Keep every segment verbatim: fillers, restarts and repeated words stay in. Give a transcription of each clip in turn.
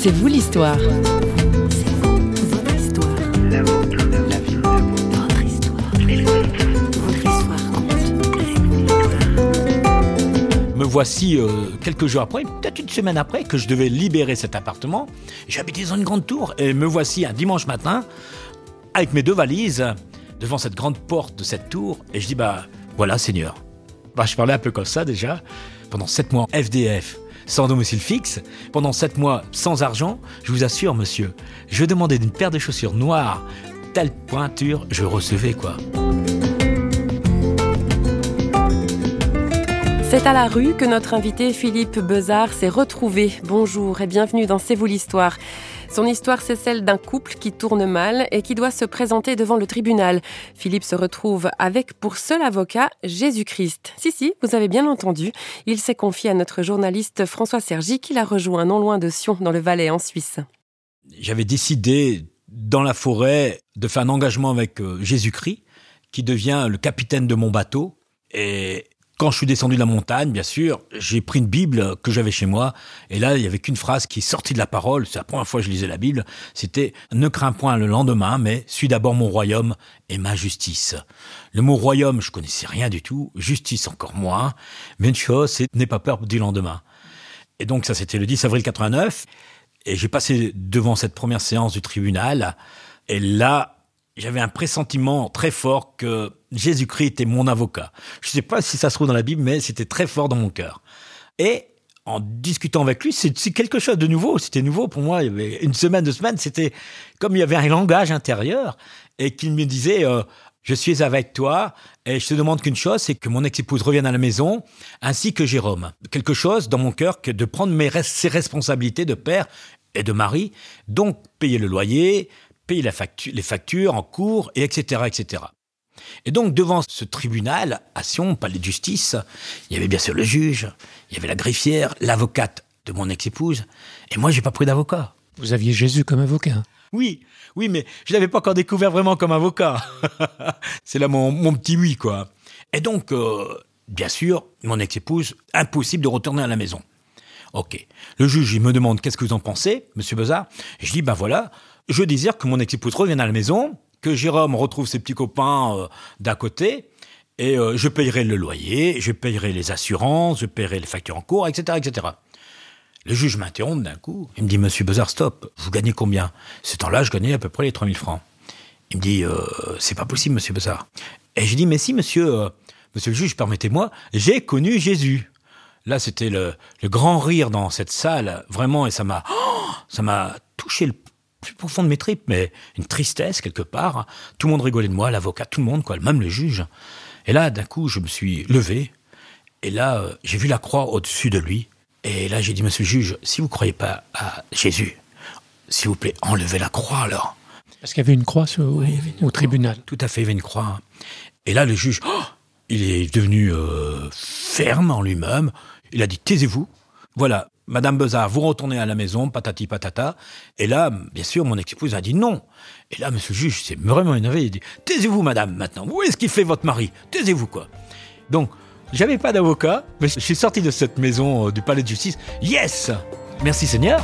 C'est vous l'histoire. C'est vous, votre histoire. La vôtre, la vie, votre histoire. Votre histoire compte. Me voici euh, quelques jours après, peut-être une semaine après, que je devais libérer cet appartement. J'habitais dans une grande tour et me voici un dimanche matin avec mes deux valises devant cette grande porte de cette tour et je dis bah voilà Seigneur. Bah, je parlais un peu comme ça déjà. Pendant sept mois F D F, sans domicile fixe, pendant sept mois sans argent, je vous assure monsieur, je demandais une paire de chaussures noires, telle pointure, je recevais quoi. C'est à la rue que notre invité Philippe Bezard s'est retrouvé. Bonjour et bienvenue dans C'est vous l'histoire. Son histoire, c'est celle d'un couple qui tourne mal et qui doit se présenter devant le tribunal. Philippe se retrouve avec pour seul avocat Jésus-Christ. Si, si, vous avez bien entendu. Il s'est confié à notre journaliste François Sergi qui l'a rejoint non loin de Sion, dans le Valais, en Suisse. J'avais décidé, dans la forêt, de faire un engagement avec Jésus-Christ, qui devient le capitaine de mon bateau. Et quand je suis descendu de la montagne, bien sûr, j'ai pris une Bible que j'avais chez moi. Et là, il n'y avait qu'une phrase qui est sortie de la parole. C'est la première fois que je lisais la Bible. C'était « Ne crains point le lendemain, mais suis d'abord mon royaume et ma justice ». Le mot « royaume », je connaissais rien du tout. Justice, encore moins. Mais une chose, c'est « n'aie pas peur du lendemain ». Et donc, ça, c'était le dix avril quatre-vingt-neuf. Et j'ai passé devant cette première séance du tribunal. Et là, j'avais un pressentiment très fort que Jésus-Christ était mon avocat. Je ne sais pas si ça se trouve dans la Bible, mais c'était très fort dans mon cœur. Et en discutant avec lui, c'est, c'est quelque chose de nouveau. C'était nouveau pour moi. Il y avait une semaine, deux semaines, c'était comme il y avait un langage intérieur et qu'il me disait euh, « Je suis avec toi et je te demande qu'une chose, c'est que mon ex-épouse revienne à la maison, ainsi que Jérôme. » Quelque chose dans mon cœur que de prendre mes res- ses responsabilités de père et de mari, donc payer le loyer, payer la facture, les factures en cours, et etc., et cetera. Et donc, devant ce tribunal, à Sion, palais de justice, il y avait bien sûr le juge, il y avait la greffière, l'avocate de mon ex-épouse, et moi, j'ai pas pris d'avocat. Vous aviez Jésus comme avocat. Oui, oui, mais je l'avais pas encore découvert vraiment comme avocat. C'est là mon, mon petit oui, quoi. Et donc, euh, bien sûr, mon ex-épouse, impossible de retourner à la maison. Ok. Le juge, il me demande, qu'est-ce que vous en pensez, monsieur Bezard ? Et je dis, ben voilà, je désire que mon ex-épouse revienne à la maison, que Jérôme retrouve ses petits copains euh, d'à côté, et euh, je payerai le loyer, je payerai les assurances, je payerai les factures en cours, et cetera, et cetera. Le juge m'interrompt d'un coup. Il me dit, monsieur Bezard, stop, vous gagnez combien ? Ce temps-là, je gagnais à peu près les trois mille francs. Il me dit, euh, c'est pas possible, monsieur Bezard. Et je dis, mais si, monsieur, euh, monsieur le juge, permettez-moi, j'ai connu Jésus. Là, c'était le, le grand rire dans cette salle, vraiment, et ça m'a, oh, ça m'a touché le plus profond de mes tripes, mais une tristesse quelque part. Tout le monde rigolait de moi, l'avocat, tout le monde, quoi, même le juge. Et là, d'un coup, je me suis levé, et là, euh, j'ai vu la croix au-dessus de lui. Et là, j'ai dit, monsieur le juge, si vous ne croyez pas à Jésus, s'il vous plaît, enlevez la croix alors. Parce qu'il y avait une croix au, oui, au croix. tribunal. Tout à fait, il y avait une croix. Et là, le juge, oh, il est devenu euh, ferme en lui-même. Il a dit, taisez-vous. Voilà, madame Bezard, vous retournez à la maison, patati patata. Et là, bien sûr, mon ex-épouse a dit non. Et là, monsieur le juge s'est vraiment énervé. Il a dit, taisez-vous, madame, maintenant. Où est-ce qu'il fait votre mari ? Taisez-vous, quoi. Donc, j'avais pas d'avocat, mais je suis sorti de cette maison euh, du palais de justice. Yes ! Merci Seigneur.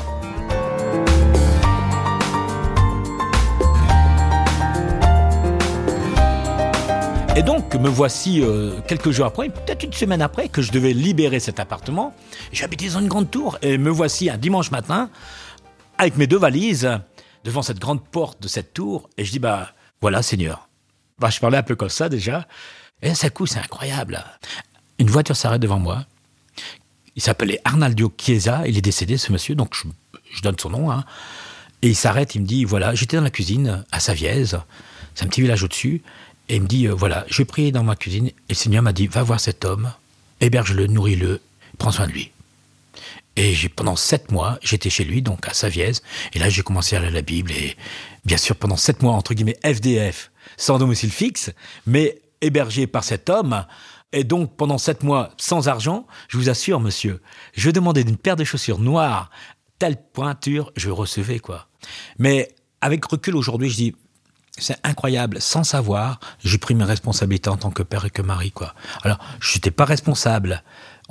Et donc, me voici euh, quelques jours après, peut-être une semaine après, que je devais libérer cet appartement. J'habitais dans une grande tour et me voici un dimanche matin avec mes deux valises devant cette grande porte de cette tour. Et je dis, bah voilà Seigneur. Bah, je parlais un peu comme ça déjà. Et d'un coup, c'est incroyable. Une voiture s'arrête devant moi. Il s'appelait Arnaldo Chiesa. Il est décédé, ce monsieur, donc je, je donne son nom. Hein. Et il s'arrête, il me dit, voilà, j'étais dans la cuisine à Saviez. C'est un petit village au-dessus. Et il me dit, euh, voilà, je prie dans ma cuisine, et le Seigneur m'a dit, va voir cet homme, héberge-le, nourris-le, prends soin de lui. Et j'ai, pendant sept mois, j'étais chez lui, donc à Saviez, et là j'ai commencé à lire la Bible, et bien sûr, pendant sept mois, entre guillemets, F D F, sans domicile fixe, mais hébergé par cet homme, et donc pendant sept mois, sans argent, je vous assure, monsieur, je demandais une paire de chaussures noires, telle pointure, je recevais, quoi. Mais avec recul aujourd'hui, je dis, c'est incroyable, sans savoir, j'ai pris mes responsabilités en tant que père et que mari, quoi. Alors, je n'étais pas responsable, on est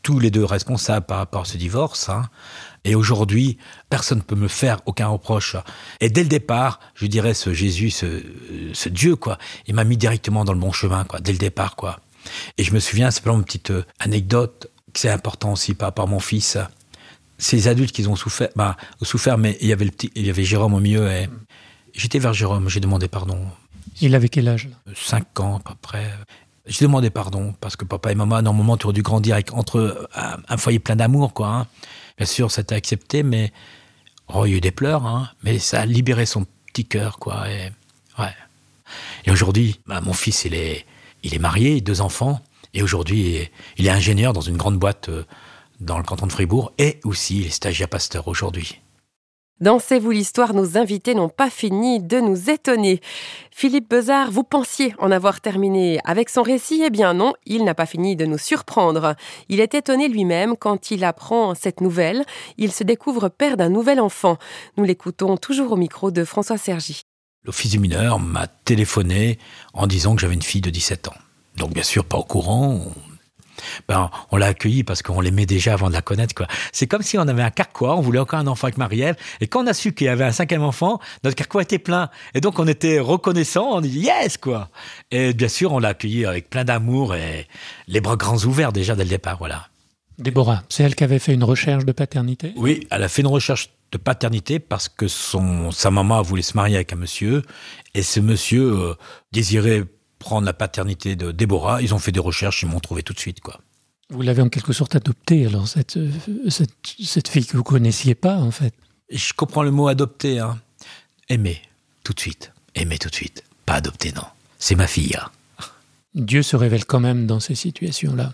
tous les deux responsables par rapport à ce divorce. Hein. Et aujourd'hui, personne ne peut me faire aucun reproche. Et dès le départ, je dirais, ce Jésus, ce, ce Dieu, quoi, il m'a mis directement dans le bon chemin, quoi, dès le départ, quoi. Et je me souviens, c'est une petite euh, anecdote, que c'est important aussi par rapport à mon fils. C'est les adultes qui ont souffert, bah, ont souffert, mais il y avait le petit, il y avait Jérôme au milieu. Et j'étais vers Jérôme, j'ai demandé pardon. Il avait quel âge là ? Cinq ans, à peu près. J'ai demandé pardon, parce que papa et maman, normalement, tu aurais dû grandir avec, entre un, un foyer plein d'amour, quoi. Hein. Bien sûr, ça t'a accepté, mais oh, il y a eu des pleurs, hein, mais ça a libéré son petit cœur, quoi. Et, ouais. Et aujourd'hui, bah, mon fils, il est, il est marié, deux enfants, et aujourd'hui, il est, il est ingénieur dans une grande boîte euh, dans le canton de Fribourg, et aussi il est stagiaire pasteur aujourd'hui. Dans C'est vous l'histoire, nos invités n'ont pas fini de nous étonner. Philippe Bezard, vous pensiez en avoir terminé avec son récit ? Eh bien non, il n'a pas fini de nous surprendre. Il est étonné lui-même quand il apprend cette nouvelle. Il se découvre père d'un nouvel enfant. Nous l'écoutons toujours au micro de François Sergi. L'office du mineur m'a téléphoné en disant que j'avais une fille de dix-sept ans. Donc bien sûr, pas au courant. On... Ben, on l'a accueillie parce qu'on l'aimait déjà avant de la connaître, quoi. C'est comme si on avait un carquois, on voulait encore un enfant avec Marie-Ève, et quand on a su qu'il y avait un cinquième enfant, notre carquois était plein. Et donc on était reconnaissants, on dit yes, quoi. Et bien sûr, on l'a accueillie avec plein d'amour et les bras grands ouverts déjà dès le départ, voilà. Déborah, c'est elle qui avait fait une recherche de paternité ? Oui, elle a fait une recherche de paternité parce que son, sa maman voulait se marier avec un monsieur, et ce monsieur euh, désirait prendre la paternité de Déborah. Ils ont fait des recherches, ils m'ont trouvé tout de suite, quoi. Vous l'avez en quelque sorte adoptée, alors, cette, cette, cette fille que vous ne connaissiez pas, en fait. Je comprends le mot adopter, hein. Aimer, tout de suite. Aimer tout de suite. Pas adopter, non. C'est ma fille, hein. Dieu se révèle quand même dans ces situations-là.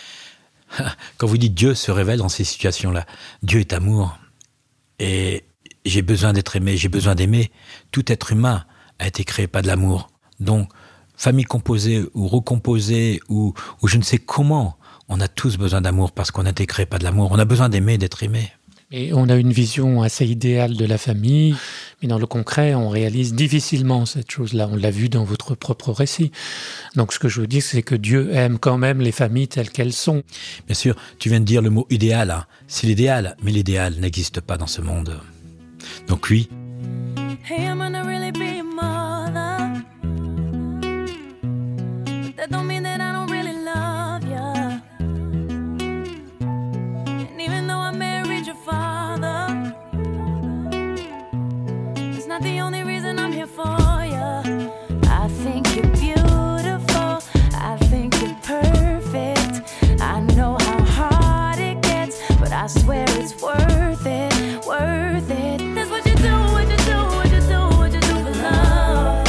Quand vous dites Dieu se révèle dans ces situations-là, Dieu est amour. Et j'ai besoin d'être aimé, j'ai besoin d'aimer. Tout être humain a été créé par de l'amour. Donc, famille composée ou recomposée ou, ou je ne sais comment, on a tous besoin d'amour parce qu'on a été créé par de l'amour. On a besoin d'aimer, d'être aimé. Et on a une vision assez idéale de la famille, mais dans le concret, on réalise difficilement cette chose-là. On l'a vu dans votre propre récit. Donc ce que je veux dire, c'est que Dieu aime quand même les familles telles qu'elles sont. Bien sûr, tu viens de dire le mot idéal. Hein. C'est l'idéal, mais l'idéal n'existe pas dans ce monde. Donc lui... Hey, I'm gonna really be a mother. That don't mean that I don't really love ya. And even though I married your father, it's not the only reason I'm here for ya. I think you're beautiful, I think you're perfect. I know how hard it gets, but I swear it's worth it, worth it. That's what you do, what you do, what you do, what you do for love.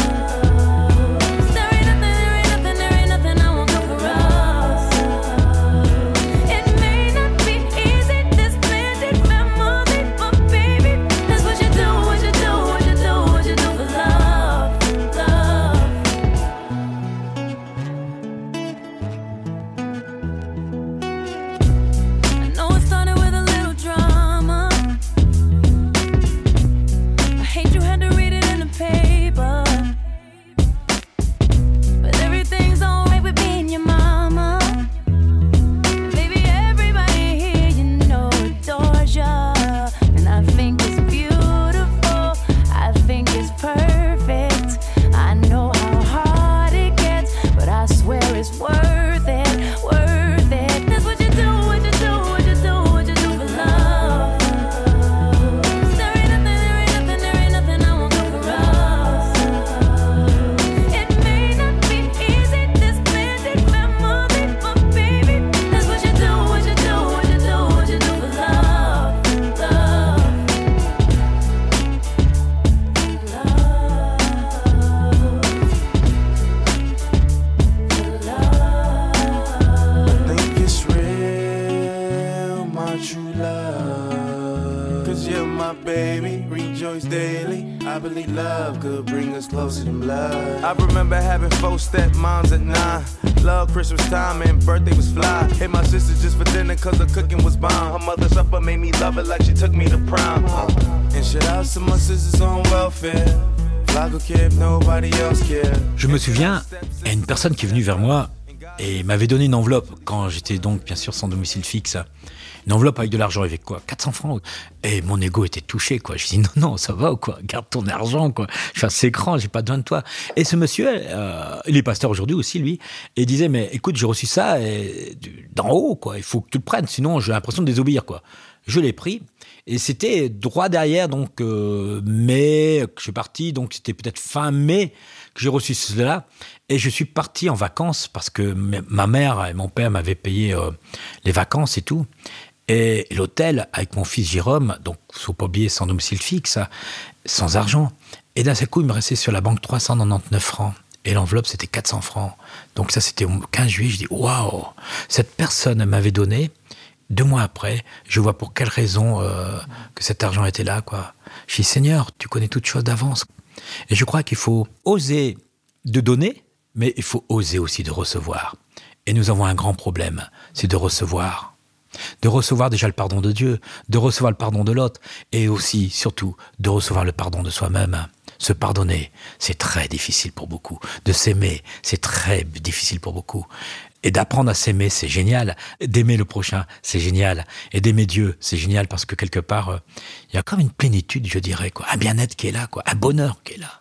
I remember having four stepmoms at nine. Love Christmas time and birthday was fly. Hit my sister just for dinner cause the cooking was bomb. Her mother's supper made me love it like she took me to prom. uh. And shout out to my sisters on welfare. Je me souviens, il y a une personne qui est venue vers moi Et il m'avait donné une enveloppe, quand j'étais donc bien sûr sans domicile fixe, une enveloppe avec de l'argent, avec quoi, quatre cents francs. Et mon ego était touché, quoi. Je dis non, non, ça va ou quoi, garde ton argent, quoi. Je suis assez grand, j'ai pas besoin de toi. Et ce monsieur, euh, il est pasteur aujourd'hui aussi, lui, et il disait, mais écoute, j'ai reçu ça et, d'en haut, quoi. Il faut que tu le prennes, sinon j'ai l'impression de désobéir, quoi. Je l'ai pris. Et c'était droit derrière, donc euh, mai, que je suis parti, donc c'était peut-être fin mai que j'ai reçu cela. Et je suis parti en vacances parce que ma mère et mon père m'avaient payé euh, les vacances et tout. Et l'hôtel, avec mon fils Jérôme, donc faut pas oublier sans domicile fixe, sans argent. Et d'un seul coup, il me restait sur la banque trois cent quatre-vingt-dix-neuf francs. Et l'enveloppe, c'était quatre cents francs. Donc ça, c'était au quinze juillet. Je dis, waouh, cette personne m'avait donné. Deux mois après, je vois pour quelle raison euh, que cet argent était là, quoi. Je dis, Seigneur, tu connais toutes choses d'avance. Et je crois qu'il faut oser de donner, mais il faut oser aussi de recevoir. Et nous avons un grand problème, c'est de recevoir. De recevoir déjà le pardon de Dieu, de recevoir le pardon de l'autre, et aussi, surtout, de recevoir le pardon de soi-même. Se pardonner, c'est très difficile pour beaucoup. De s'aimer, c'est très difficile pour beaucoup. Et d'apprendre à s'aimer, c'est génial. D'aimer le prochain, c'est génial. Et d'aimer Dieu, c'est génial parce que quelque part, euh, il y a comme une plénitude, je dirais, quoi. Un bien-être qui est là, quoi. Un bonheur qui est là.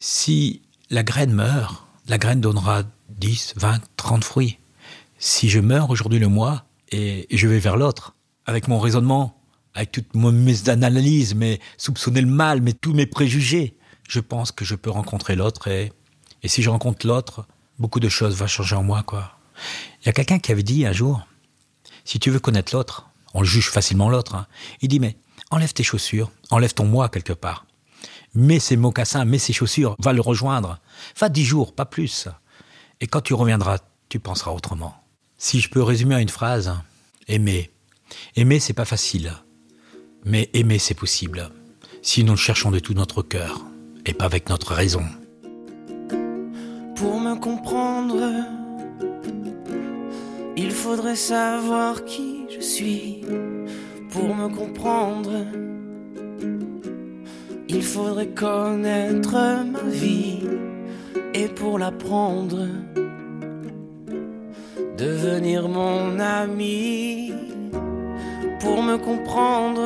Si la graine meurt, la graine donnera dix, vingt, trente fruits. Si je meurs aujourd'hui le mois et je vais vers l'autre, avec mon raisonnement, avec toutes mes analyses, mais soupçonner le mal, mais tous mes préjugés, je pense que je peux rencontrer l'autre et, et si je rencontre l'autre, beaucoup de choses vont changer en moi, quoi. Il y a quelqu'un qui avait dit un jour, si tu veux connaître l'autre, on le juge facilement l'autre, hein, il dit, mais enlève tes chaussures, enlève ton moi quelque part. Mets ses mocassins, mets ses chaussures, va le rejoindre. Va dix jours, pas plus. Et quand tu reviendras, tu penseras autrement. Si je peux résumer en une phrase, aimer. Aimer, c'est pas facile. Mais aimer, c'est possible. Si nous le cherchons de tout notre cœur, et pas avec notre raison. Pour me comprendre, il faudrait savoir qui je suis. Pour me comprendre, il faudrait connaître ma vie. Et pour l'apprendre, devenir mon ami. Pour me comprendre,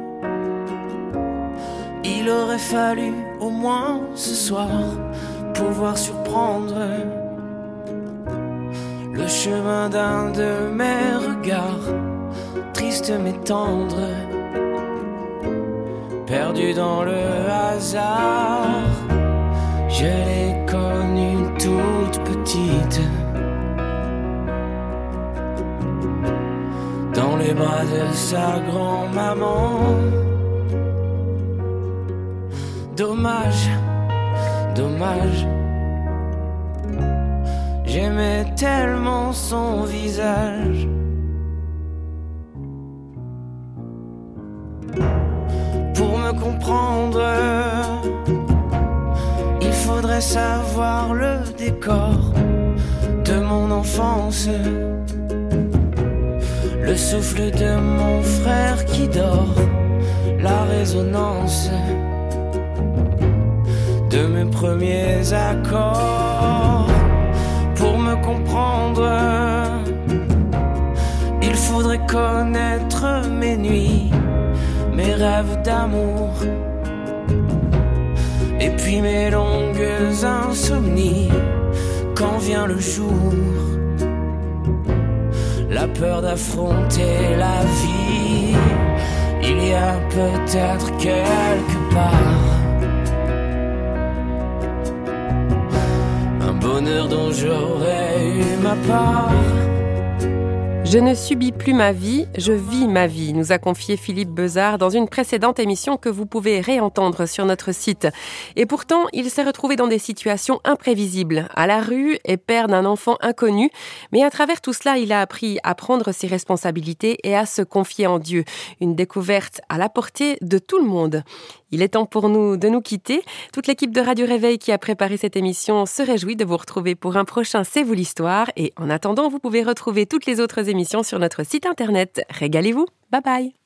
il aurait fallu au moins ce soir pouvoir surprendre le chemin d'un de mes regards, triste mais tendre, perdu dans le hasard. Je l'ai connue toute petite, dans les bras de sa grand-maman. Dommage, dommage, j'aimais tellement son visage. Pour me comprendre, il faudrait savoir le décor de mon enfance, le souffle de mon frère qui dort, la résonance de mes premiers accords. Pour me comprendre, il faudrait connaître mes nuits, mes rêves d'amour, et puis mes longues insomnies. Quand vient le jour, la peur d'affronter la vie, il y a peut-être quelque part bonheur dont j'aurais eu ma part. Je ne subis plus ma vie, je vis ma vie, nous a confié Philippe Bezard dans une précédente émission que vous pouvez réentendre sur notre site. Et pourtant, il s'est retrouvé dans des situations imprévisibles, à la rue et père d'un enfant inconnu. Mais à travers tout cela, il a appris à prendre ses responsabilités et à se confier en Dieu. Une découverte à la portée de tout le monde. Il est temps pour nous de nous quitter. Toute l'équipe de Radio Réveil qui a préparé cette émission se réjouit de vous retrouver pour un prochain C'est vous l'histoire. Et en attendant, vous pouvez retrouver toutes les autres émissions sur notre site internet. Régalez-vous. Bye bye.